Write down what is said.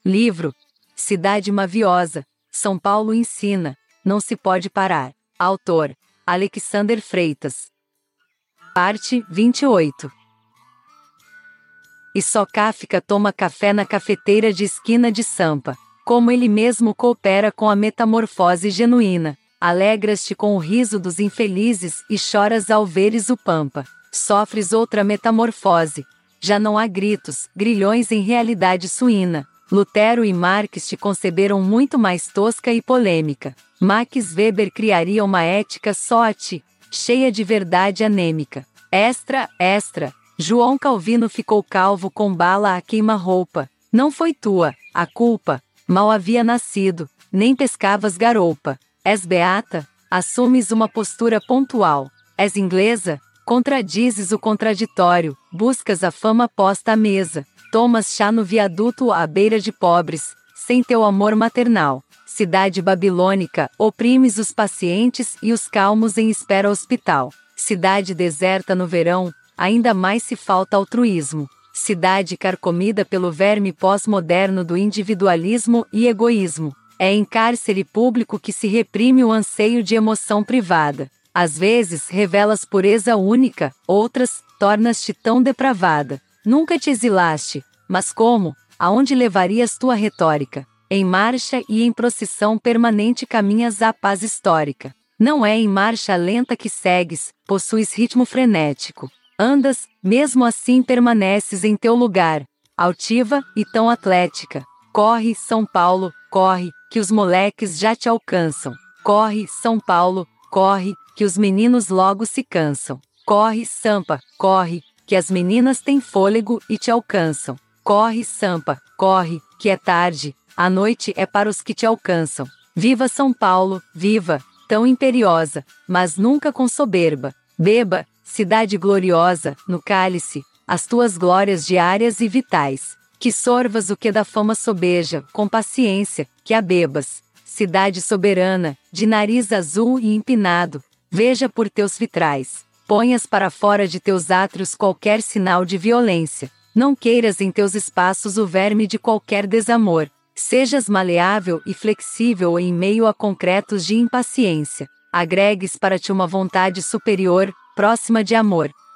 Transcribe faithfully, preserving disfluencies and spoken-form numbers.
Livro: Cidade Maviosa, São Paulo ensina, não se pode parar. Autor: Alexander Freitas. Parte vinte e oito. E só Kafka toma café na cafeteira de esquina de Sampa. Como ele mesmo coopera com a metamorfose genuína. Alegras-te com o riso dos infelizes e choras ao veres o Pampa. Sofres outra metamorfose. Já não há gritos, grilhões em realidade suína. Lutero e Marx te conceberam muito mais tosca e polêmica. Max Weber criaria uma ética só a ti, cheia de verdade anêmica. Extra, extra. João Calvino ficou calvo com bala a queima-roupa. Não foi tua, a culpa. Mal havia nascido, nem pescavas garoupa. És beata? Assumes uma postura pontual. És inglesa? Contradizes o contraditório. Buscas a fama posta à mesa. Tomas chá no viaduto à beira de pobres, sem teu amor maternal. Cidade babilônica, oprimes os pacientes e os calmos em espera hospital. Cidade deserta no verão, ainda mais se falta altruísmo. Cidade carcomida pelo verme pós-moderno do individualismo e egoísmo. É em cárcere público que se reprime o anseio de emoção privada. Às vezes revelas pureza única, outras, tornas-te tão depravada. Nunca te exilaste, mas como? Aonde levarias tua retórica? Em marcha e em procissão permanente caminhas à paz histórica. Não é em marcha lenta que segues, possuis ritmo frenético. Andas, mesmo assim permaneces em teu lugar, altiva e tão atlética. Corre, São Paulo, corre, que os moleques já te alcançam. Corre, São Paulo, corre, que os meninos logo se cansam. Corre, Sampa, corre, que as meninas têm fôlego e te alcançam. Corre, Sampa, corre, que é tarde, a noite é para os que te alcançam. Viva São Paulo, viva, tão imperiosa, mas nunca com soberba. Beba, cidade gloriosa, no cálice, as tuas glórias diárias e vitais. Que sorvas o que da fama sobeja, com paciência, que a bebas. Cidade soberana, de nariz azul e empinado, veja por teus vitrais. Ponhas para fora de teus átrios qualquer sinal de violência. Não queiras em teus espaços o verme de qualquer desamor. Sejas maleável e flexível em meio a concretos de impaciência. Agregues para ti uma vontade superior, próxima de amor.